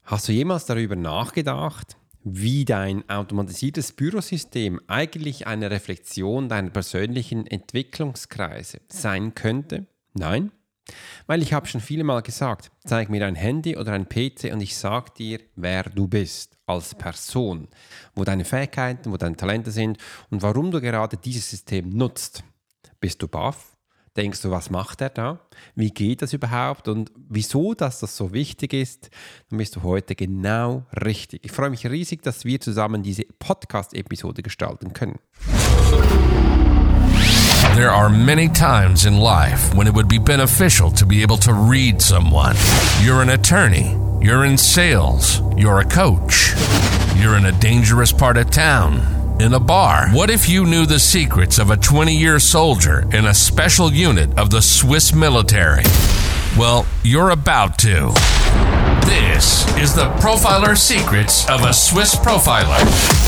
Hast du jemals darüber nachgedacht, wie dein automatisiertes Bürosystem eigentlich eine Reflexion deiner persönlichen Entwicklungskreise sein könnte? Nein? Weil ich habe schon viele Mal gesagt, zeig mir dein Handy oder ein PC und ich sage dir, wer du bist als Person, wo deine Fähigkeiten, wo deine Talente sind und warum du gerade dieses System nutzt. Bist du baff? Denkst du, was macht er da? Wie geht das überhaupt? Und wieso, dass das so wichtig ist? Dann bist du heute genau richtig. Ich freue mich riesig, dass wir zusammen diese Podcast-Episode gestalten können. There are many times in life when it would be beneficial to be able to read someone. You're an attorney. You're in sales. You're a coach. You're in a dangerous part of town. In a bar. What if you knew the secrets of a 20-year soldier in a special unit of the Swiss military? Well, you're about to. This is the Profiler Secrets of a Swiss Profiler.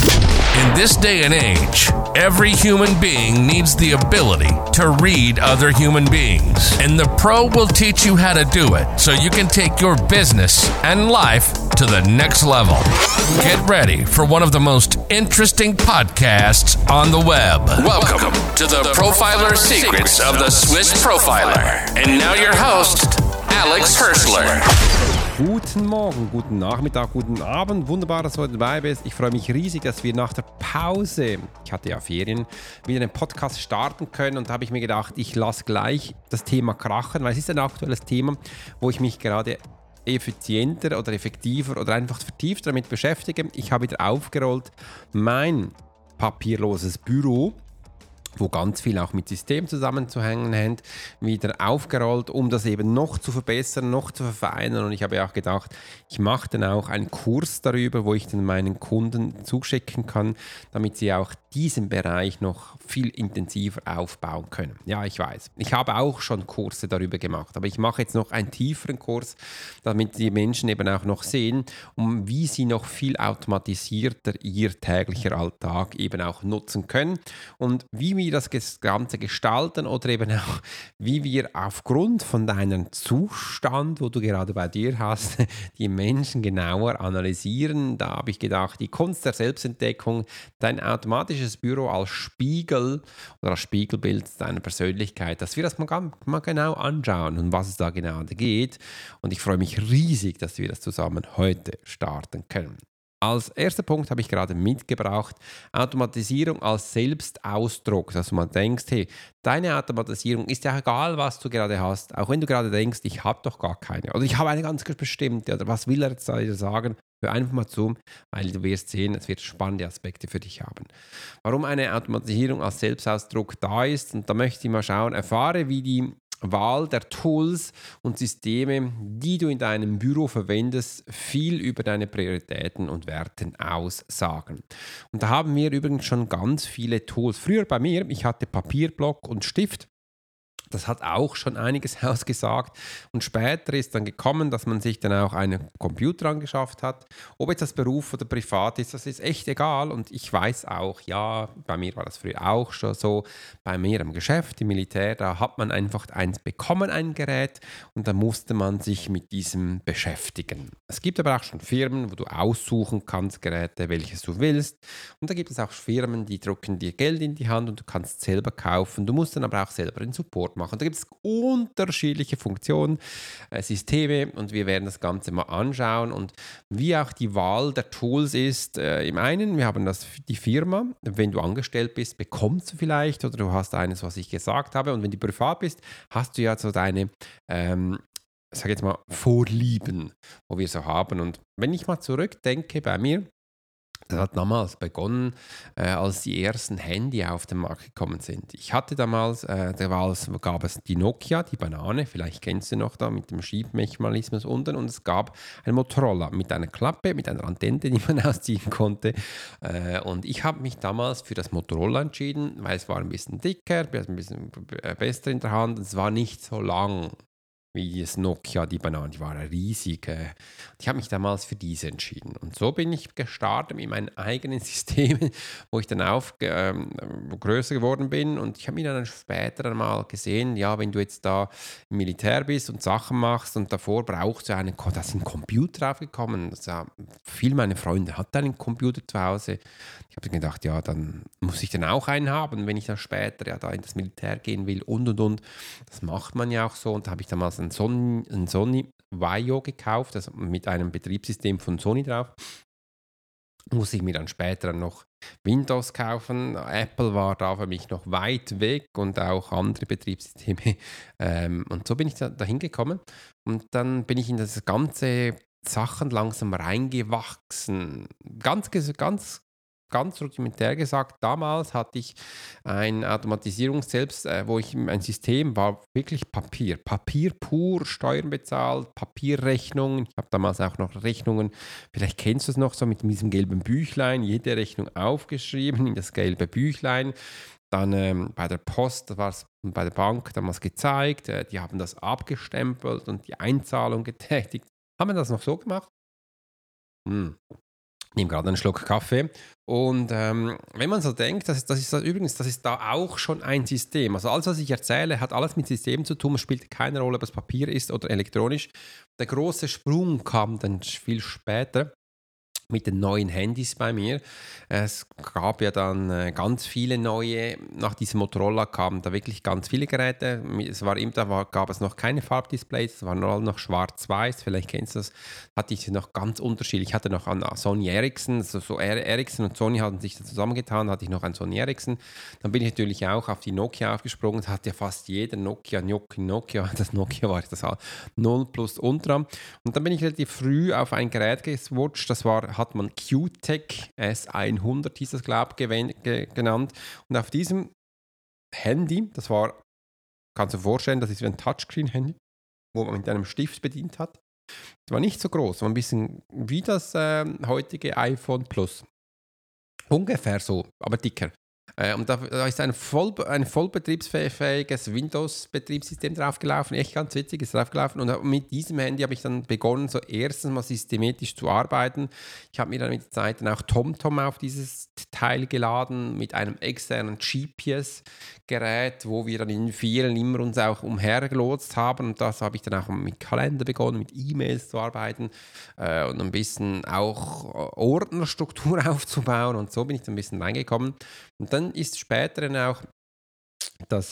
In this day and age, every human being needs the ability to read other human beings. And the pro will teach you how to do it so you can take your business and life to the next level. Get ready for one of the most interesting podcasts on the web. Welcome to the Profiler Secrets of the Swiss Profiler. And now your host, Alex Hirschler. Guten Morgen, guten Nachmittag, guten Abend. Wunderbar, dass du heute dabei bist. Ich freue mich riesig, dass wir nach der Pause, ich hatte ja Ferien, wieder einen Podcast starten können. Und da habe ich mir gedacht, ich lasse gleich das Thema krachen, weil es ist ein aktuelles Thema, wo ich mich gerade effizienter oder effektiver oder einfach vertieft damit beschäftige. Ich habe wieder aufgerollt mein papierloses Büro, wo ganz viel auch mit System zusammenzuhängen hängt, wieder aufgerollt, um das eben noch zu verbessern, noch zu verfeinern. Und ich habe auch gedacht, ich mache dann auch einen Kurs darüber, wo ich dann meinen Kunden zuschicken kann, damit sie auch diesen Bereich noch viel intensiver aufbauen können. Ja, ich weiß. Ich habe auch schon Kurse darüber gemacht, aber ich mache jetzt noch einen tieferen Kurs, damit die Menschen eben auch noch sehen, wie sie noch viel automatisierter ihr täglicher Alltag eben auch nutzen können und wie wir das Ganze gestalten oder eben auch, wie wir aufgrund von deinem Zustand, wo du gerade bei dir hast, die Menschen genauer analysieren. Da habe ich gedacht, die Kunst der Selbstentdeckung, dein automatisches Büro als Spiegel oder als Spiegelbild deiner Persönlichkeit, dass wir das mal genau anschauen und was es da genau geht. Und ich freue mich riesig, dass wir das zusammen heute starten können. Als erster Punkt habe ich gerade mitgebracht, Automatisierung als Selbstausdruck, dass du mal denkst, hey, deine Automatisierung ist ja egal, was du gerade hast, auch wenn du gerade denkst, ich habe doch gar keine oder ich habe eine ganz bestimmte oder was will er jetzt da sagen? Hör einfach mal zu, weil du wirst sehen, es wird spannende Aspekte für dich haben. Warum eine Automatisierung als Selbstausdruck da ist, und da möchte ich mal schauen, erfahre, wie die Wahl der Tools und Systeme, die du in deinem Büro verwendest, viel über deine Prioritäten und Werten aussagen. Und da haben wir übrigens schon ganz viele Tools. Früher bei mir, ich hatte Papier, Block und Stift. Das hat auch schon einiges ausgesagt und später ist dann gekommen, dass man sich dann auch einen Computer angeschafft hat. Ob jetzt das Beruf oder privat ist, das ist echt egal und ich weiß auch, ja, bei mir war das früher auch schon so, bei mir im Geschäft, im Militär, da hat man einfach eins bekommen, ein Gerät und da musste man sich mit diesem beschäftigen. Es gibt aber auch schon Firmen, wo du aussuchen kannst, Geräte, welches du willst und da gibt es auch Firmen, die drücken dir Geld in die Hand und du kannst selber kaufen, du musst dann aber auch selber den Support machen. Da gibt es unterschiedliche Funktionen, Systeme und wir werden das Ganze mal anschauen und wie auch die Wahl der Tools ist. Im einen, wir haben die Firma, wenn du angestellt bist, bekommst du vielleicht oder du hast eines, was ich gesagt habe und wenn du privat bist, hast du ja so deine sag jetzt mal Vorlieben, wo wir so haben und wenn ich mal zurückdenke bei mir, das hat damals begonnen, als die ersten Handy auf den Markt gekommen sind. Ich hatte damals, gab es die Nokia, die Banane, vielleicht kennst du noch da mit dem Schiebmechanismus unten und es gab ein Motorola mit einer Klappe, mit einer Antenne, die man ausziehen konnte. Und ich habe mich damals für das Motorola entschieden, weil es war ein bisschen dicker, ein bisschen besser in der Hand und es war nicht so lang wie das Nokia, die Bananen, die waren riesig. Ich habe mich damals für diese entschieden. Und so bin ich gestartet mit meinen eigenen Systemen, wo ich dann größer geworden bin. Und ich habe mir dann später einmal gesehen, ja, wenn du jetzt da im Militär bist und Sachen machst und davor brauchst du da sind Computer draufgekommen. Viele meiner Freunde hatten einen Computer zu Hause. Ich habe mir gedacht, ja, dann muss ich dann auch einen haben, wenn ich dann später ja da in das Militär gehen will und. Das macht man ja auch so. Und da habe ich damals einen Sony Vaio gekauft, also mit einem Betriebssystem von Sony drauf. Muss ich mir dann später noch Windows kaufen. Apple war da für mich noch weit weg und auch andere Betriebssysteme. Und so bin ich da hingekommen. Und dann bin ich in das ganze Sachen langsam reingewachsen. Ganz rudimentär gesagt, damals hatte ich eine Automatisierung selbst, wo ich ein System war, wirklich Papier. Papier pur, Steuern bezahlt, Papierrechnungen. Ich habe damals auch noch Rechnungen, vielleicht kennst du es noch so mit diesem gelben Büchlein, jede Rechnung aufgeschrieben in das gelbe Büchlein. Dann bei der Post, das war es bei der Bank damals gezeigt, die haben das abgestempelt und die Einzahlung getätigt. Haben wir das noch so gemacht? Ich nehme gerade einen Schluck Kaffee. Und wenn man so denkt, das ist da auch schon ein System. Also alles, was ich erzähle, hat alles mit Systemen zu tun. Es spielt keine Rolle, ob es Papier ist oder elektronisch. Der große Sprung kam dann viel später mit den neuen Handys bei mir. Es gab ja dann ganz viele neue, nach diesem Motorola kamen da wirklich ganz viele Geräte. Gab es noch keine Farbdisplays, es waren alle noch schwarz-weiß, vielleicht kennst du das, hatte ich noch ganz unterschiedlich. Ich hatte noch an Sony Ericsson, Ericsson und Sony hatten sich da zusammengetan, hatte ich noch ein Sony Ericsson. Dann bin ich natürlich auch auf die Nokia aufgesprungen, das hatte ja fast jeder Nokia, das Nokia war das 0 plus Ultra. Und dann bin ich relativ früh auf ein Gerät geswitcht, hat man QTech S100 hieß das, glaube ich, genannt. Und auf diesem Handy, kannst du dir vorstellen, das ist wie ein Touchscreen-Handy, wo man mit einem Stift bedient hat. Das war nicht so groß, war ein bisschen wie das heutige iPhone Plus. Ungefähr so, aber dicker. Und da ist ein vollbetriebsfähiges Windows-Betriebssystem draufgelaufen, echt ganz witzig, ist draufgelaufen. Und mit diesem Handy habe ich dann begonnen, so erstens mal systematisch zu arbeiten. Ich habe mir dann mit der Zeit dann auch TomTom auf dieses Teil geladen, mit einem externen GPS-Gerät, wo wir dann in vielen immer uns auch umhergelotst haben. Und das habe ich dann auch mit Kalender begonnen, mit E-Mails zu arbeiten und ein bisschen auch Ordnerstruktur aufzubauen. Und so bin ich dann ein bisschen reingekommen. Und dann ist später dann auch das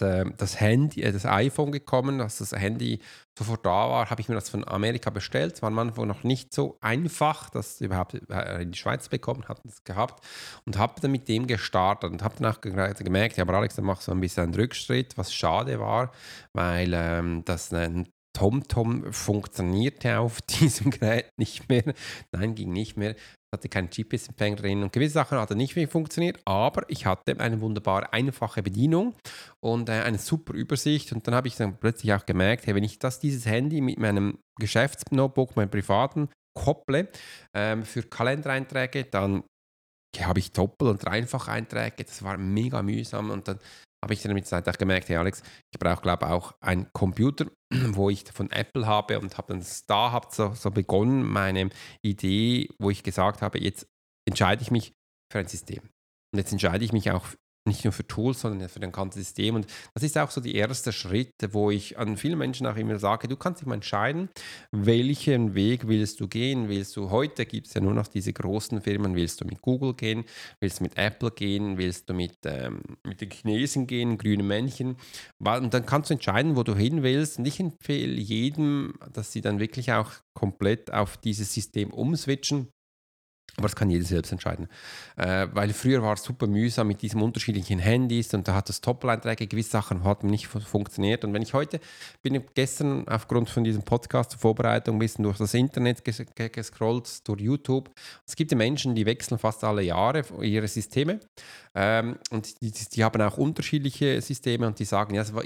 iPhone gekommen, als das Handy sofort da war, habe ich mir das von Amerika bestellt. Es war am Anfang noch nicht so einfach, das überhaupt in die Schweiz bekommen, hatten es gehabt und habe dann mit dem gestartet und habe dann auch gemerkt, ja, aber Alex, dann machst du ein bisschen einen Rückschritt, was schade war, weil das TomTom funktionierte auf diesem Gerät nicht mehr. Nein, ging nicht mehr. Hatte keinen GPS-Empfänger drin und gewisse Sachen hat nicht mehr funktioniert, aber ich hatte eine wunderbar einfache Bedienung und eine super Übersicht und dann habe ich dann plötzlich auch gemerkt, hey, wenn ich dieses Handy mit meinem Geschäftsnotebook, meinem privaten kopple für Kalendereinträge, dann habe ich Doppel- und Dreifach-Einträge, das war mega mühsam und dann habe ich dann mit der Zeit auch gemerkt, hey Alex, ich brauche glaube ich auch einen Computer, wo ich von Apple habe und habe dann so begonnen, meine Idee, wo ich gesagt habe, jetzt entscheide ich mich für ein System. Und jetzt entscheide ich mich auch nicht nur für Tools, sondern für das ganze System. Und das ist auch so die erste Schritt, wo ich an vielen Menschen auch immer sage, du kannst dich mal entscheiden, welchen Weg willst du gehen? Heute gibt es ja nur noch diese großen Firmen, willst du mit Google gehen, willst du mit Apple gehen, willst du mit den Chinesen gehen, grüne Männchen. Und dann kannst du entscheiden, wo du hin willst. Und ich empfehle jedem, dass sie dann wirklich auch komplett auf dieses System umswitchen. Aber das kann jeder selbst entscheiden. Weil früher war es super mühsam mit diesen unterschiedlichen Handys und da hat das Doppeleinträge, gewisse Sachen haben nicht funktioniert. Und wenn ich gestern aufgrund von diesem Podcast zur Vorbereitung ein bisschen durch das Internet gescrollt, durch YouTube. Es gibt ja Menschen, die wechseln fast alle Jahre ihre Systeme und die haben auch unterschiedliche Systeme und die sagen, ja, es ist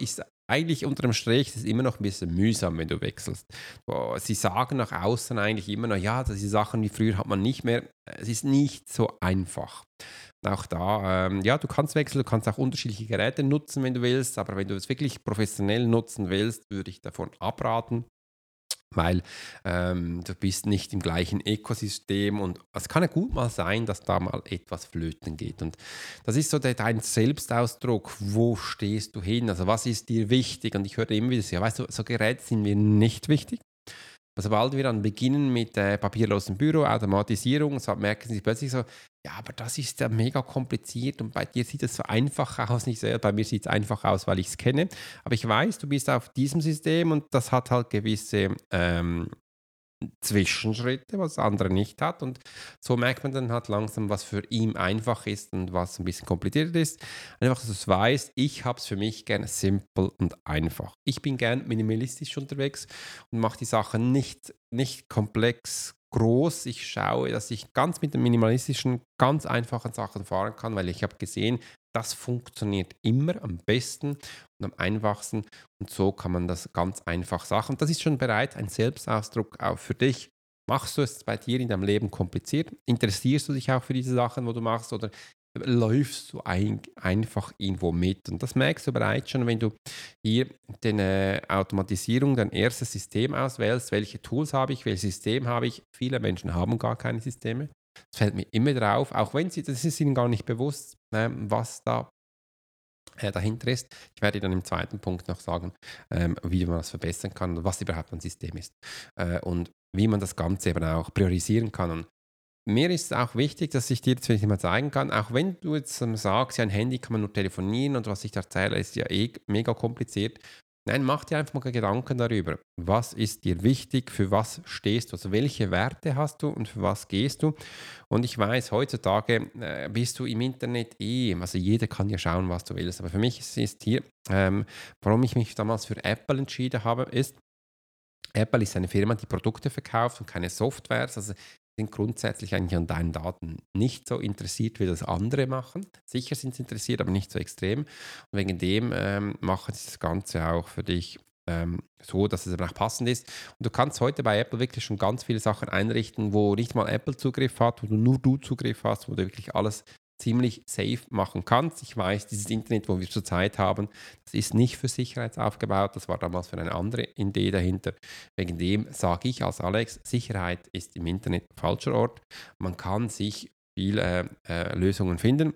eigentlich unter dem Strich ist es immer noch ein bisschen mühsam, wenn du wechselst. Sie sagen nach außen eigentlich immer noch, ja, das sind Sachen wie früher hat man nicht mehr. Es ist nicht so einfach. Auch da, ja, du kannst wechseln, du kannst auch unterschiedliche Geräte nutzen, wenn du willst, aber wenn du es wirklich professionell nutzen willst, würde ich davon abraten, weil du bist nicht im gleichen Ökosystem und es kann ja gut mal sein, dass da mal etwas flöten geht. Und das ist so dein Selbstausdruck. Wo stehst du hin? Also was ist dir wichtig? Und ich höre immer wieder, ja, weißt du, so Geräte sind mir nicht wichtig. Also sobald wir dann beginnen mit papierlosem Büro, Automatisierung, so merken sie plötzlich so, ja, aber das ist ja mega kompliziert und bei dir sieht es so einfach aus. Nicht so, bei mir sieht es einfach aus, weil ich es kenne. Aber ich weiß, du bist auf diesem System und das hat halt gewisse Zwischenschritte, was andere nicht hat. Und so merkt man dann halt langsam, was für ihn einfach ist und was ein bisschen kompliziert ist. Einfach, dass du es weißt, ich habe es für mich gerne simpel und einfach. Ich bin gern minimalistisch unterwegs und mache die Sachen nicht komplex groß. Ich schaue, dass ich ganz mit den minimalistischen, ganz einfachen Sachen fahren kann, weil ich habe gesehen, das funktioniert immer am besten und am einfachsten. Und so kann man das ganz einfach sagen. Und das ist schon bereits ein Selbstausdruck auch für dich. Machst du es bei dir in deinem Leben kompliziert? Interessierst du dich auch für diese Sachen, wo du machst? Oder läufst du einfach irgendwo mit? Und das merkst du bereits schon, wenn du hier den Automatisierung, dein erstes System auswählst. Welche Tools habe ich? Welches System habe ich? Viele Menschen haben gar keine Systeme. Das fällt mir immer drauf, auch wenn das ist ihnen gar nicht bewusst, was da dahinter ist. Ich werde dann im zweiten Punkt noch sagen, wie man das verbessern kann und was überhaupt ein System ist und wie man das Ganze eben auch priorisieren kann. Und mir ist es auch wichtig, dass ich dir jetzt mal zeigen kann, auch wenn du jetzt sagst, ja, ein Handy kann man nur telefonieren und was ich da erzähle, ist ja mega kompliziert. Nein, mach dir einfach mal Gedanken darüber. Was ist dir wichtig? Für was stehst du? Also welche Werte hast du und für was gehst du? Und ich weiß, heutzutage bist du im Internet also jeder kann ja schauen, was du willst. Aber für mich ist hier, warum ich mich damals für Apple entschieden habe, ist, Apple ist eine Firma, die Produkte verkauft und keine Softwares. Also sind grundsätzlich eigentlich an deinen Daten nicht so interessiert, wie das andere machen. Sicher sind sie interessiert, aber nicht so extrem. Und wegen dem machen sie das Ganze auch für dich so, dass es eben auch passend ist. Und du kannst heute bei Apple wirklich schon ganz viele Sachen einrichten, wo nicht mal Apple Zugriff hat, wo nur du Zugriff hast, wo du wirklich alles ziemlich safe machen kannst. Ich weiß, dieses Internet, wo wir zurzeit haben, das ist nicht für Sicherheit aufgebaut. Das war damals für eine andere Idee dahinter. Wegen dem sage ich als Alex, Sicherheit ist im Internet ein falscher Ort. Man kann sich viele Lösungen finden,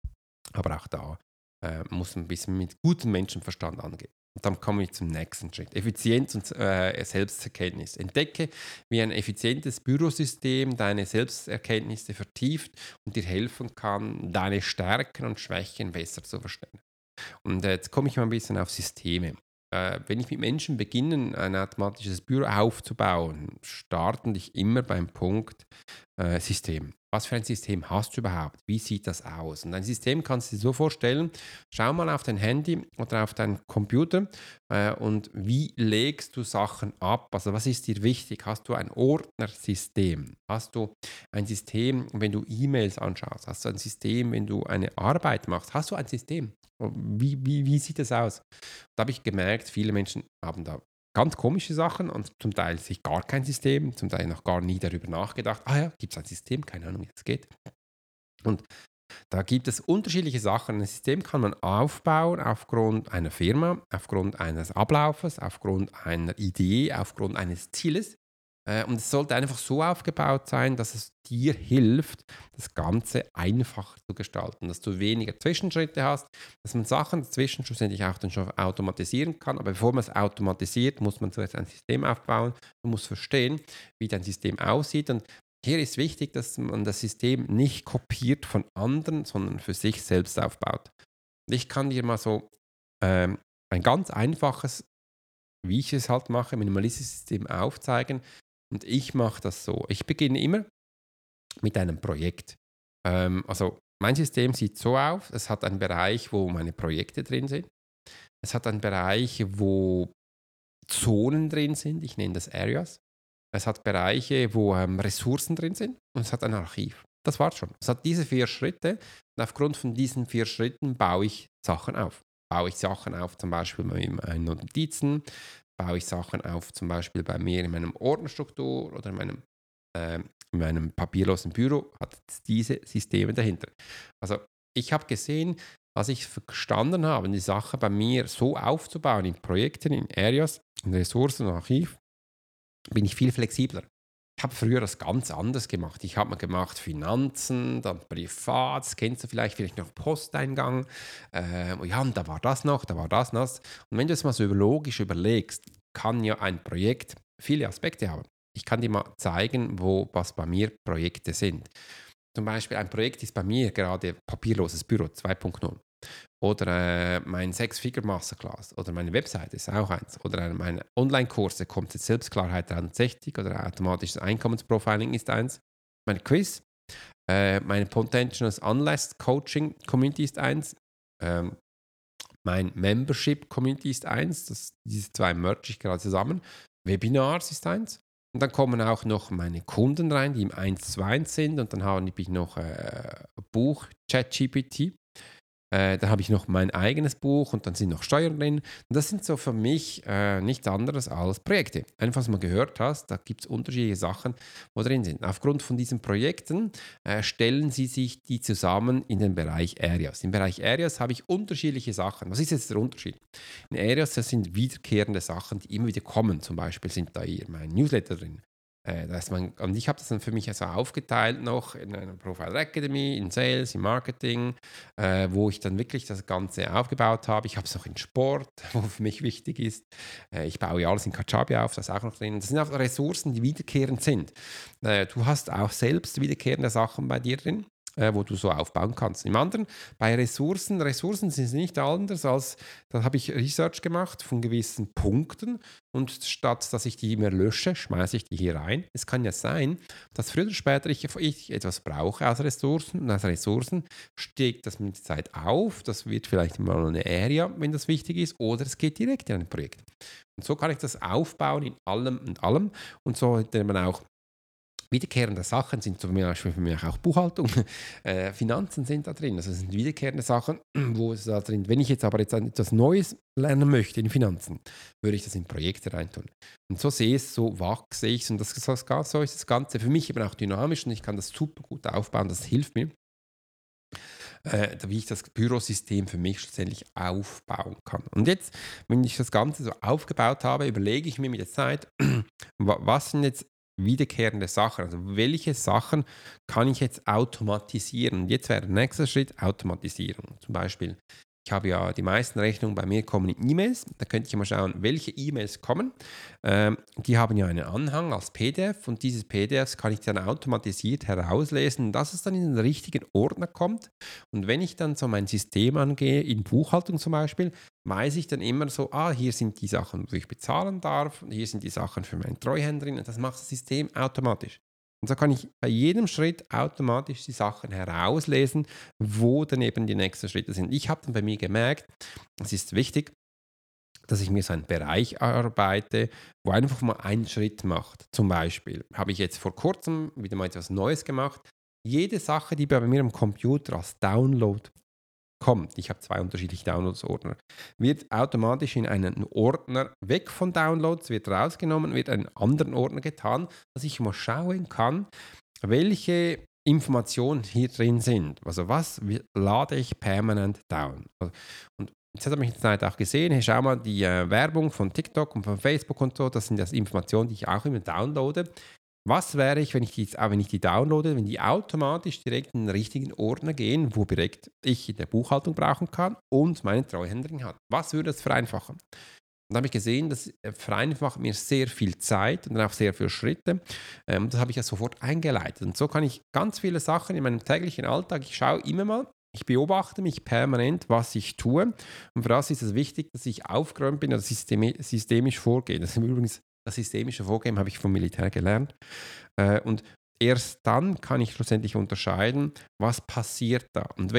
aber auch da muss man ein bisschen mit gutem Menschenverstand angehen. Und dann komme ich zum nächsten Schritt. Effizienz und Selbsterkenntnis. Entdecke, wie ein effizientes Bürosystem deine Selbsterkenntnisse vertieft und dir helfen kann, deine Stärken und Schwächen besser zu verstehen. Und jetzt komme ich mal ein bisschen auf Systeme. Wenn ich mit Menschen beginne, ein automatisches Büro aufzubauen, starten dich immer beim Punkt System. Was für ein System hast du überhaupt? Wie sieht das aus? Und ein System kannst du dir so vorstellen, schau mal auf dein Handy oder auf deinen Computer und wie legst du Sachen ab? Also was ist dir wichtig? Hast du ein Ordnersystem? Hast du ein System, wenn du E-Mails anschaust? Hast du ein System, wenn du eine Arbeit machst? Hast du ein System? Wie sieht das aus? Da habe ich gemerkt, viele Menschen haben da ganz komische Sachen und zum Teil sich gar kein System, zum Teil noch gar nie darüber nachgedacht. Ah ja, gibt es ein System? Keine Ahnung, wie es geht. Und da gibt es unterschiedliche Sachen. Ein System kann man aufbauen aufgrund einer Firma, aufgrund eines Ablaufes, aufgrund einer Idee, aufgrund eines Zieles. Und es sollte einfach so aufgebaut sein, dass es dir hilft, das Ganze einfacher zu gestalten, dass du weniger Zwischenschritte hast, dass man Sachen dazwischen schlussendlich auch dann schon automatisieren kann. Aber bevor man es automatisiert, muss man zuerst ein System aufbauen. Man muss verstehen, wie dein System aussieht. Und hier ist wichtig, dass man das System nicht kopiert von anderen, sondern für sich selbst aufbaut. Und ich kann dir mal so ein ganz einfaches, wie ich es halt mache, minimalistisches System aufzeigen. Und ich mache das so. Ich beginne immer mit einem Projekt. Also mein System sieht so aus, es hat einen Bereich, wo meine Projekte drin sind. Es hat einen Bereich, wo Zonen drin sind. Ich nenne das Areas. Es hat Bereiche, wo Ressourcen drin sind. Und es hat ein Archiv. Das war's schon. Es hat diese 4 Schritte. Und aufgrund von diesen 4 Schritten baue ich Sachen auf. baue ich Sachen auf, zum Beispiel in meinen Notizen, baue ich Sachen auf, zum Beispiel bei mir in meinem Ordnerstruktur oder in meinem papierlosen Büro, hat es diese Systeme dahinter. Also ich habe gesehen, als ich verstanden habe, die Sache bei mir so aufzubauen in Projekten, in Areas, in Ressourcen und Archiv, bin ich viel flexibler. Ich habe früher das ganz anders gemacht. Ich habe mal gemacht Finanzen, dann privat, das kennst du vielleicht noch Posteingang. Ja, und da war das noch, da war das noch. Und wenn du es mal so logisch überlegst, kann ja ein Projekt viele Aspekte haben. Ich kann dir mal zeigen, was bei mir Projekte sind. Zum Beispiel ein Projekt ist bei mir gerade papierloses Büro 2.0. Oder mein Six-Figure-Masterclass oder meine Webseite ist auch eins. Oder meine Online-Kurse, kommt jetzt Selbstklarheit 360 oder automatisches Einkommensprofiling ist eins. Mein Quiz, meine Potentials Unless Coaching Community ist eins. Ähm, mein Membership Community ist eins. Diese zwei merge ich gerade zusammen. Webinars ist eins. Und dann kommen auch noch meine Kunden rein, die im 1:1 sind. Und dann habe ich noch Buch ChatGPT. Dann habe ich noch mein eigenes Buch und dann sind noch Steuern drin. Und das sind so für mich nichts anderes als Projekte. Einfach, was man gehört hast, da gibt es unterschiedliche Sachen, wo drin sind. Aufgrund von diesen Projekten stellen sie sich die zusammen in den Bereich Areas. Im Bereich Areas habe ich unterschiedliche Sachen. Was ist jetzt der Unterschied? In Areas, das sind wiederkehrende Sachen, die immer wieder kommen. Zum Beispiel sind da hier mein Newsletter drin. Und ich habe das dann für mich also aufgeteilt noch in einer Profile Academy, in Sales, in Marketing, wo ich dann wirklich das Ganze aufgebaut habe. Ich habe es auch in Sport, wo für mich wichtig ist. Ich baue ja alles in Kajabi auf, das ist auch noch drin. Das sind auch Ressourcen, die wiederkehrend sind. Du hast auch selbst wiederkehrende Sachen bei dir drin, wo du so aufbauen kannst. Im anderen, bei Ressourcen sind nicht anders als, da habe ich Research gemacht von gewissen Punkten und statt, dass ich die immer lösche, schmeiße ich die hier rein. Es kann ja sein, dass früher oder später ich etwas brauche aus Ressourcen und aus Ressourcen steigt das mit der Zeit auf. Das wird vielleicht mal eine Area, wenn das wichtig ist, oder es geht direkt in ein Projekt. Und so kann ich das aufbauen in allem und allem und so hat man auch wiederkehrende Sachen sind zum Beispiel für mich auch Buchhaltung, Finanzen sind da drin. Also es sind wiederkehrende Sachen, wo es da drin. Wenn ich jetzt aber etwas Neues lernen möchte in Finanzen, würde ich das in Projekte reintun. Und so sehe ich es, so wachse ich es und so ist das Ganze für mich eben auch dynamisch und ich kann das super gut aufbauen. Das hilft mir, wie ich das Bürosystem für mich schlussendlich aufbauen kann. Und jetzt, wenn ich das Ganze so aufgebaut habe, überlege ich mir mit der Zeit, was sind jetzt wiederkehrende Sachen. Also welche Sachen kann ich jetzt automatisieren? Und jetzt wäre der nächste Schritt Automatisierung. Zum Beispiel, ich habe ja die meisten Rechnungen bei mir kommen in E-Mails. Da könnte ich mal schauen, welche E-Mails kommen. Die haben ja einen Anhang als PDF und dieses PDFs kann ich dann automatisiert herauslesen, dass es dann in den richtigen Ordner kommt. Und wenn ich dann so mein System angehe, in Buchhaltung zum Beispiel, weiß ich dann immer so, hier sind die Sachen, wo ich bezahlen darf, und hier sind die Sachen für meinen Treuhänderin und das macht das System automatisch. Und so kann ich bei jedem Schritt automatisch die Sachen herauslesen, wo dann eben die nächsten Schritte sind. Ich habe dann bei mir gemerkt, es ist wichtig, dass ich mir so einen Bereich arbeite, wo einfach mal einen Schritt macht. Zum Beispiel habe ich jetzt vor kurzem wieder mal etwas Neues gemacht. Jede Sache, die bei mir am Computer als Download kommt, ich habe 2 unterschiedliche Downloads-Ordner, wird automatisch in einen Ordner weg von Downloads, wird rausgenommen, wird in einen anderen Ordner getan, dass ich mal schauen kann, welche Informationen hier drin sind. Also was lade ich permanent down. Und jetzt hat mich die Zeit auch gesehen, hey, schau mal, die Werbung von TikTok und von Facebook und so, das sind das Informationen, die ich auch immer downloade. Was wäre ich, wenn ich die downloade, wenn die automatisch direkt in den richtigen Ordner gehen, wo direkt ich in der Buchhaltung brauchen kann und meine Treuhänderin hat? Was würde das vereinfachen? Und da habe ich gesehen, das vereinfacht mir sehr viel Zeit und dann auch sehr viele Schritte. Das habe ich ja sofort eingeleitet. Und so kann ich ganz viele Sachen in meinem täglichen Alltag, ich schaue immer mal, ich beobachte mich permanent, was ich tue. Und für das ist es wichtig, dass ich aufgeräumt bin, also systemisch vorgehe. Das ist übrigens das systemische Vorgehen habe ich vom Militär gelernt. Und erst dann kann ich schlussendlich unterscheiden, was passiert da. Und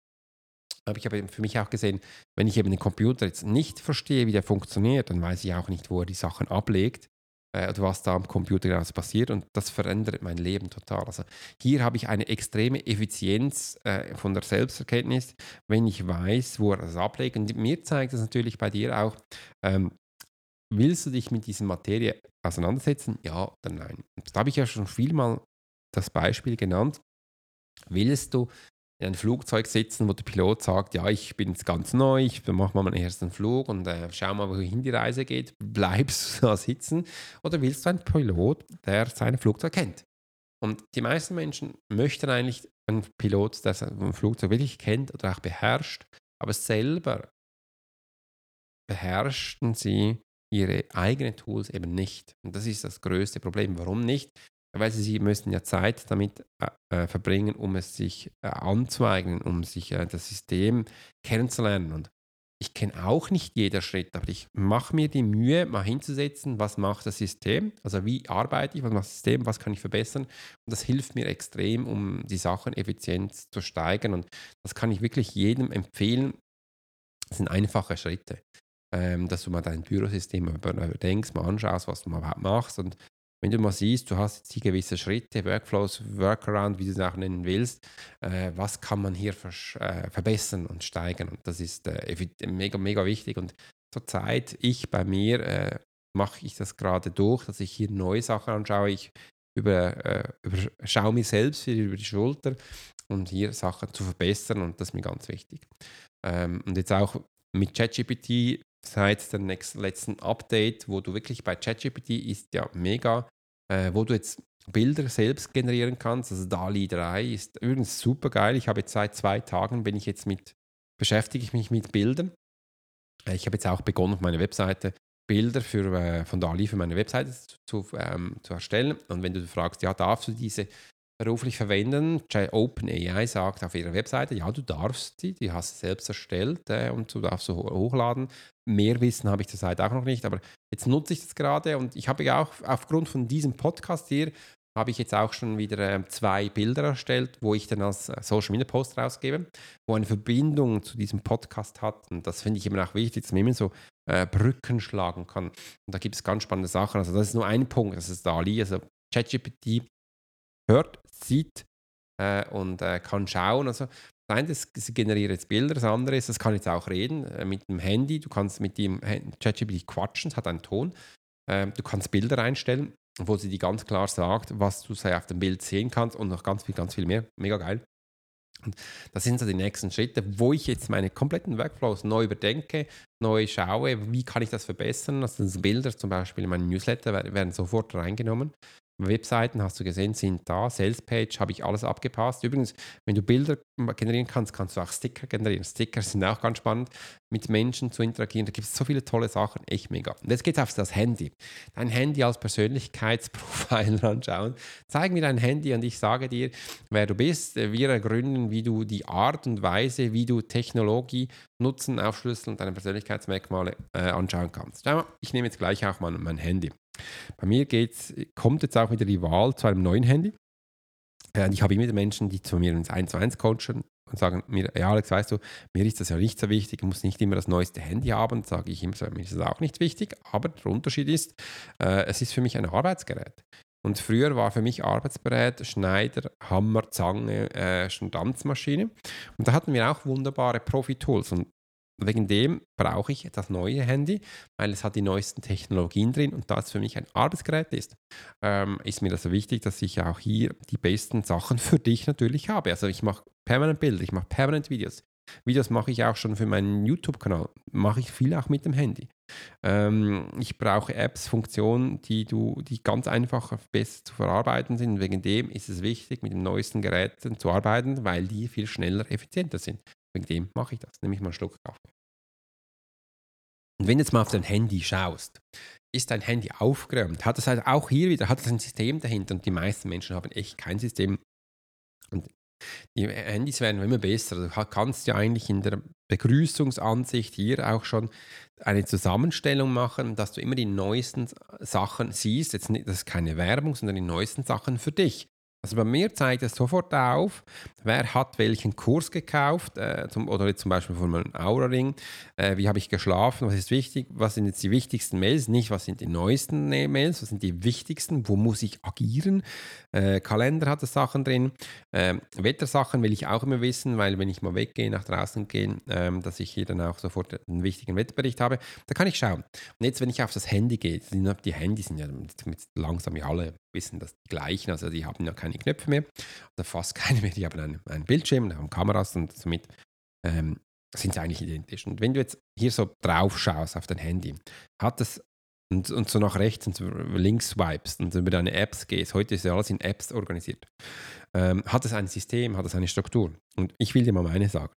habe ich aber für mich auch gesehen, wenn ich eben den Computer jetzt nicht verstehe, wie der funktioniert, dann weiß ich auch nicht, wo er die Sachen ablegt. oder was da am Computer genau passiert und das verändert mein Leben total. Also hier habe ich eine extreme Effizienz von der Selbsterkenntnis, wenn ich weiß, wo er das ablegt. Und mir zeigt das natürlich bei dir auch, ähm, willst du dich mit dieser Materie auseinandersetzen? Ja oder nein? Und da habe ich ja schon vielmal das Beispiel genannt. Willst du in ein Flugzeug sitzen, wo der Pilot sagt, ja, ich bin jetzt ganz neu, ich mache mal meinen ersten Flug und schau mal, wohin die Reise geht, bleibst du da sitzen? Oder willst du einen Pilot, der sein Flugzeug kennt? Und die meisten Menschen möchten eigentlich einen Pilot, der sein Flugzeug wirklich kennt oder auch beherrscht, aber selber beherrschten sie ihre eigenen Tools eben nicht. Und das ist das größte Problem. Warum nicht? Weil sie müssen ja Zeit damit verbringen, um es sich anzueignen, um sich das System kennenzulernen. Und ich kenne auch nicht jeder Schritt, aber ich mache mir die Mühe, mal hinzusetzen, was macht das System, also wie arbeite ich, was macht das System, was kann ich verbessern. Und das hilft mir extrem, um die Sachen effizient zu steigern. Und das kann ich wirklich jedem empfehlen. Das sind einfache Schritte, dass du mal dein Bürosystem überdenkst, mal anschaust, was du mal überhaupt machst. Und wenn du mal siehst, du hast jetzt hier gewisse Schritte, Workflows, Workaround, wie du es auch nennen willst, was kann man hier verbessern und steigern? Und das ist mega, mega wichtig. Und zurzeit, bei mir, mache ich das gerade durch, dass ich hier neue Sachen anschaue. Ich schaue mir selbst wieder über die Schulter und hier Sachen zu verbessern und das ist mir ganz wichtig. Und jetzt auch mit ChatGPT seit dem letzten Update, wo du wirklich bei ChatGPT ist ja mega, wo du jetzt Bilder selbst generieren kannst. Also DALL-E 3 ist übrigens super geil. Ich habe jetzt seit 2 Tagen beschäftige ich mich mit Bildern. Ich habe jetzt auch begonnen auf meiner Webseite Bilder von DALL-E für meine Webseite zu erstellen. Und wenn du fragst, ja, darfst du diese beruflich verwenden? OpenAI sagt auf ihrer Webseite, ja, du darfst die hast du selbst erstellt und du darfst sie hochladen. Mehr Wissen habe ich zurzeit auch noch nicht, aber jetzt nutze ich das gerade und ich habe ja auch aufgrund von diesem Podcast hier, habe ich jetzt auch schon wieder 2 Bilder erstellt, wo ich dann als Social Media Post rausgebe, wo eine Verbindung zu diesem Podcast hat. Und das finde ich immer auch wichtig, dass man immer so Brücken schlagen kann. Und da gibt es ganz spannende Sachen. Also das ist nur ein Punkt, das ist DALL-E, also ChatGPT hört, sieht und kann schauen. Also das eine ist, sie generiert jetzt Bilder, das andere ist, das kann jetzt auch reden mit dem Handy. Du kannst mit dem ChatGPT quatschen, es hat einen Ton. Du kannst Bilder einstellen, wo sie dir ganz klar sagt, was du auf dem Bild sehen kannst und noch ganz viel mehr. Mega geil. Und das sind so die nächsten Schritte, wo ich jetzt meine kompletten Workflows neu überdenke, neu schaue, wie kann ich das verbessern. Also das Bilder zum Beispiel in meinen Newsletter werden sofort reingenommen. Webseiten, hast du gesehen, sind da. Salespage habe ich alles abgepasst. Übrigens, wenn du Bilder generieren kannst, kannst du auch Sticker generieren. Sticker sind auch ganz spannend, mit Menschen zu interagieren. Da gibt es so viele tolle Sachen, echt mega. Und jetzt geht es auf das Handy. Dein Handy als Persönlichkeitsprofiler anschauen. Zeig mir dein Handy und ich sage dir, wer du bist. Wir ergründen, wie du die Art und Weise, wie du Technologie nutzen, aufschlüsseln und deine Persönlichkeitsmerkmale anschauen kannst. Schau mal, ich nehme jetzt gleich auch mal mein Handy. Bei mir kommt jetzt auch wieder die Wahl zu einem neuen Handy. Ich habe immer wieder Menschen, die zu mir ins 1:1 coachen und sagen mir, ja Alex, weißt du, mir ist das ja nicht so wichtig, ich muss nicht immer das neueste Handy haben. Und sage ich immer so, mir ist das auch nicht wichtig, aber der Unterschied ist, es ist für mich ein Arbeitsgerät. Und früher war für mich Arbeitsgerät Schneider, Hammer, Zange, Stanzmaschine. Und da hatten wir auch wunderbare Profi-Tools. Und wegen dem brauche ich das neue Handy, weil es hat die neuesten Technologien drin und da es für mich ein Arbeitsgerät ist, ist mir das so wichtig, dass ich auch hier die besten Sachen für dich natürlich habe. Also ich mache permanent Bilder, ich mache permanent Videos. Videos mache ich auch schon für meinen YouTube-Kanal, mache ich viel auch mit dem Handy. Ich brauche Apps, Funktionen, die ganz einfach besser zu verarbeiten sind. Wegen dem ist es wichtig, mit den neuesten Geräten zu arbeiten, weil die viel schneller, effizienter sind. Wegen dem mache ich das. Nehme ich mal einen Schluck Kaffee. Und wenn du jetzt mal auf dein Handy schaust, ist dein Handy aufgeräumt? Hat es halt auch hier wieder ein System dahinter? Und die meisten Menschen haben echt kein System. Und die Handys werden immer besser. Du kannst ja eigentlich in der Begrüßungsansicht hier auch schon eine Zusammenstellung machen, dass du immer die neuesten Sachen siehst. Jetzt nicht, das ist keine Werbung, sondern die neuesten Sachen für dich. Also bei mir zeigt es sofort auf, wer hat welchen Kurs gekauft, oder jetzt zum Beispiel von meinem Aura-Ring, wie habe ich geschlafen, was ist wichtig, was sind jetzt die wichtigsten Mails, nicht was sind die neuesten Mails, was sind die wichtigsten, wo muss ich agieren, Kalender hat es Sachen drin, Wettersachen will ich auch immer wissen, weil wenn ich mal weggehe, nach draußen gehe, dass ich hier dann auch sofort einen wichtigen Wetterbericht habe, da kann ich schauen. Und jetzt, wenn ich auf das Handy gehe, die Handys sind ja langsam ja alle wissen das die gleichen, also die haben ja keine Knöpfe mehr, oder fast keine mehr, die haben einen Bildschirm, die haben Kameras und somit sind sie eigentlich identisch. Und wenn du jetzt hier so drauf schaust auf dein Handy, hat es und so nach rechts und so links swipest und über deine Apps gehst, heute ist ja alles in Apps organisiert, hat es ein System, hat es eine Struktur. Und ich will dir mal meine sagen.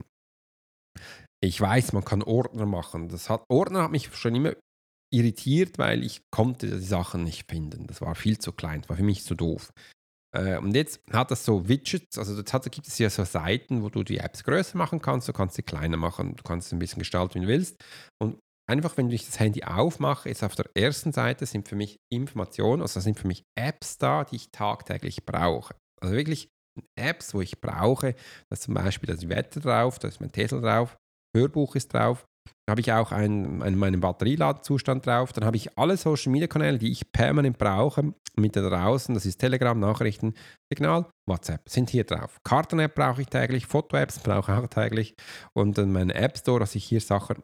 Ich weiß, man kann Ordner machen. Ordner hat mich schon immer irritiert, weil ich konnte die Sachen nicht finden. Das war viel zu klein, das war für mich zu doof. Und jetzt hat das so Widgets, also gibt es ja so Seiten, wo du die Apps größer machen kannst, du kannst sie kleiner machen, du kannst es ein bisschen gestalten, wie du willst. Und einfach, wenn ich das Handy aufmache, ist auf der ersten Seite sind für mich Informationen, also sind für mich Apps da, die ich tagtäglich brauche. Also wirklich Apps, wo ich brauche, da ist zum Beispiel das Wetter drauf, da ist mein Tesla drauf, Hörbuch ist drauf, da habe ich auch meinen Batterieladezustand drauf. Dann habe ich alle Social Media Kanäle, die ich permanent brauche, mit da draußen. Das ist Telegram, Nachrichten, Signal, WhatsApp sind hier drauf. Karten-App brauche ich täglich, Foto-Apps brauche ich auch täglich und dann mein App Store, dass ich hier Sachen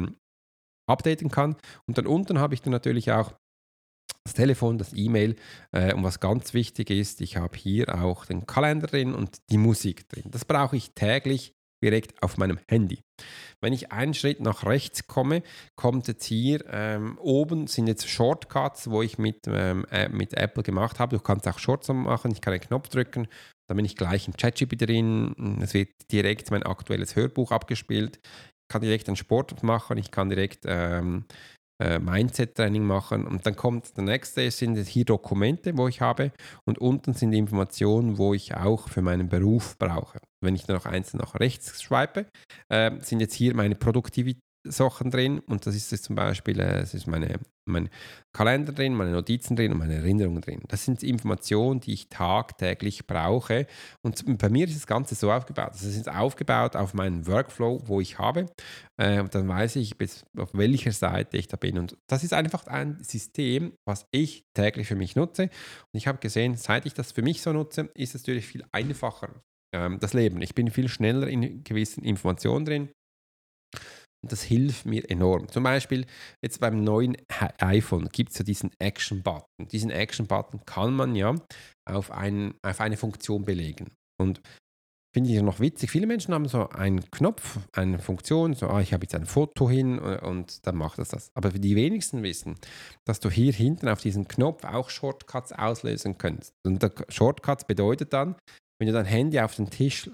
updaten kann. Und dann unten habe ich dann natürlich auch das Telefon, das E-Mail und was ganz wichtig ist, ich habe hier auch den Kalender drin und die Musik drin. Das brauche ich täglich direkt auf meinem Handy. Wenn ich einen Schritt nach rechts komme, kommt jetzt hier oben sind jetzt Shortcuts, wo ich mit Apple gemacht habe. Du kannst auch Shorts machen, ich kann einen Knopf drücken, dann bin ich gleich im ChatGPT drin, es wird direkt mein aktuelles Hörbuch abgespielt, ich kann direkt einen Sport machen, ich kann direkt Mindset-Training machen und dann kommt der nächste, sind hier Dokumente, wo ich habe und unten sind die Informationen, wo ich auch für meinen Beruf brauche. Wenn ich dann noch einzeln nach rechts swipe, sind jetzt hier meine Produktivität-Sachen drin und das ist jetzt zum Beispiel, es ist mein Kalender drin, meine Notizen drin und meine Erinnerungen drin. Das sind Informationen, die ich tagtäglich brauche und bei mir ist das Ganze so aufgebaut. Das ist aufgebaut auf meinen Workflow, wo ich habe und dann weiß ich, bis auf welcher Seite ich da bin und das ist einfach ein System, was ich täglich für mich nutze und ich habe gesehen, seit ich das für mich so nutze, ist es natürlich viel einfacher, das Leben. Ich bin viel schneller in gewissen Informationen drin und das hilft mir enorm. Zum Beispiel jetzt beim neuen iPhone gibt es ja diesen Action-Button. Diesen Action-Button kann man ja auf eine Funktion belegen. Und finde ich noch witzig, viele Menschen haben so einen Knopf, eine Funktion, so ich habe jetzt ein Foto hin und dann macht das. Aber die wenigsten wissen, dass du hier hinten auf diesen Knopf auch Shortcuts auslösen kannst. Und der Shortcuts bedeutet dann, wenn du dein Handy auf den Tisch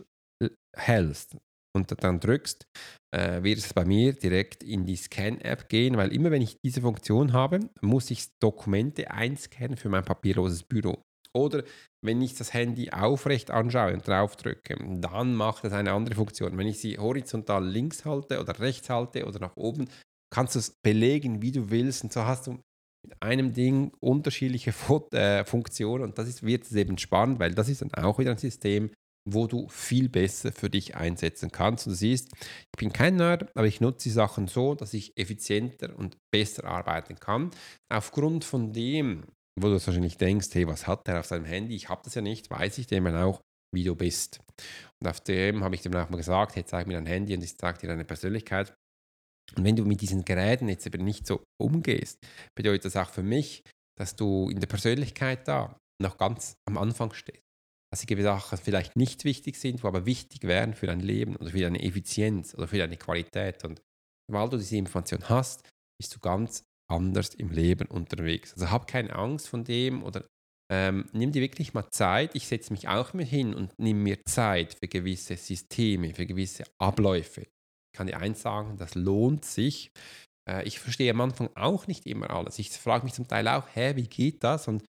hältst und dann drückst, wird es bei mir direkt in die Scan-App gehen, weil immer wenn ich diese Funktion habe, muss ich Dokumente einscannen für mein papierloses Büro. Oder wenn ich das Handy aufrecht anschaue und draufdrücke, dann macht es eine andere Funktion. Wenn ich sie horizontal links halte oder rechts halte oder nach oben, kannst du es belegen, wie du willst. Und so hast du mit einem Ding unterschiedliche Funktionen und wird es eben spannend, weil das ist dann auch wieder ein System, wo du viel besser für dich einsetzen kannst. Und du siehst, ich bin kein Nerd, aber ich nutze die Sachen so, dass ich effizienter und besser arbeiten kann. Aufgrund von dem, wo du wahrscheinlich denkst, hey, was hat der auf seinem Handy? Ich habe das ja nicht, weiß ich dem auch, wie du bist. Und auf dem habe ich dem auch mal gesagt, hey, zeig mir dein Handy und ich zeige dir deine Persönlichkeit. Und wenn du mit diesen Geräten jetzt eben nicht so umgehst, bedeutet das auch für mich, dass du in der Persönlichkeit da noch ganz am Anfang stehst. Dass gewisse Sachen vielleicht nicht wichtig sind, wo aber wichtig wären für dein Leben oder für deine Effizienz oder für deine Qualität. Und weil du diese Information hast, bist du ganz anders im Leben unterwegs. Also hab keine Angst von dem oder nimm dir wirklich mal Zeit. Ich setze mich auch mit hin und nehme mir Zeit für gewisse Systeme, für gewisse Abläufe. Ich kann dir eins sagen, das lohnt sich. Ich verstehe am Anfang auch nicht immer alles. Ich frage mich zum Teil auch, wie geht das? Und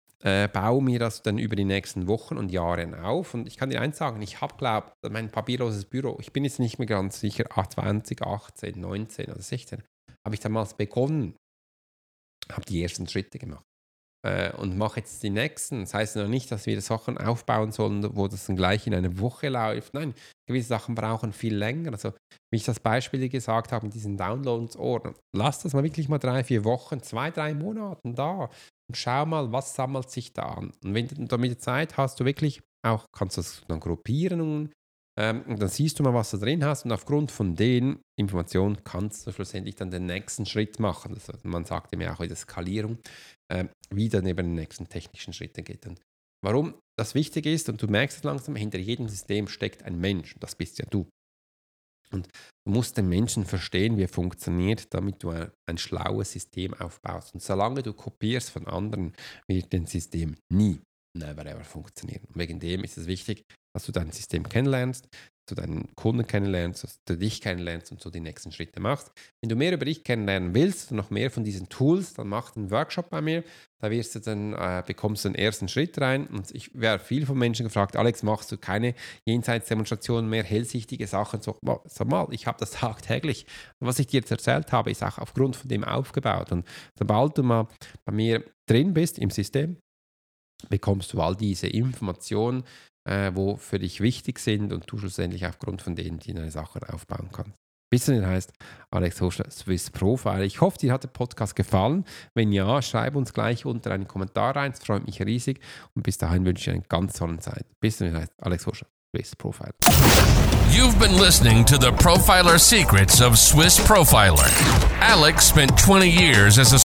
baue mir das dann über die nächsten Wochen und Jahre auf. Und ich kann dir eins sagen, ich habe, glaube ich, mein papierloses Büro, ich bin jetzt nicht mehr ganz sicher, 2018, 19 oder 16, habe ich damals begonnen, habe die ersten Schritte gemacht. und mache jetzt die nächsten. Das heißt noch nicht, dass wir Sachen aufbauen sollen, wo das dann gleich in einer Woche läuft. Nein, gewisse Sachen brauchen viel länger. Also wie ich das Beispiel gesagt habe, mit diesen Downloads-Ordner, lass das mal wirklich mal 3-4 Wochen, 2-3 Monaten da und schau mal, was sammelt sich da an. Und wenn du mit der Zeit hast, du wirklich auch, kannst du das dann gruppieren und dann siehst du mal, was du drin hast und aufgrund von den Informationen kannst du schlussendlich dann den nächsten Schritt machen. Also man sagt eben auch in der Skalierung, wie dann eben den nächsten technischen Schritt geht. Und warum das wichtig ist, und du merkst es langsam, hinter jedem System steckt ein Mensch, und das bist ja du. Und du musst den Menschen verstehen, wie er funktioniert, damit du ein schlaues System aufbaust. Und solange du kopierst von anderen, wird dein System nie, never ever funktionieren. Und wegen dem ist es wichtig, dass du dein System kennenlernst, dass du deinen Kunden kennenlernst, dass du dich kennenlernst und so die nächsten Schritte machst. Wenn du mehr über dich kennenlernen willst und noch mehr von diesen Tools, dann mach einen Workshop bei mir. Da bekommst du den ersten Schritt rein. Und ich werde viel von Menschen gefragt, Alex, machst du keine Jenseitsdemonstrationen mehr, hellsichtige Sachen? Sag mal, ich habe das tagtäglich. Was ich dir jetzt erzählt habe, ist auch aufgrund von dem aufgebaut. Und sobald du mal bei mir drin bist im System, bekommst du all diese Informationen, wo für dich wichtig sind und du schlussendlich aufgrund von denen deine Sachen aufbauen kannst. Bis dahin heißt Alex Horschler, Swiss Profiler. Ich hoffe, dir hat der Podcast gefallen. Wenn ja, schreib uns gleich unter einen Kommentar rein. Es freut mich riesig. Und bis dahin wünsche ich eine ganz tolle Zeit. Bis dahin heißt Alex Horschler, Swiss Profiler. You've been listening to the Profiler Secrets of Swiss Profiler. Alex spent 20 years as a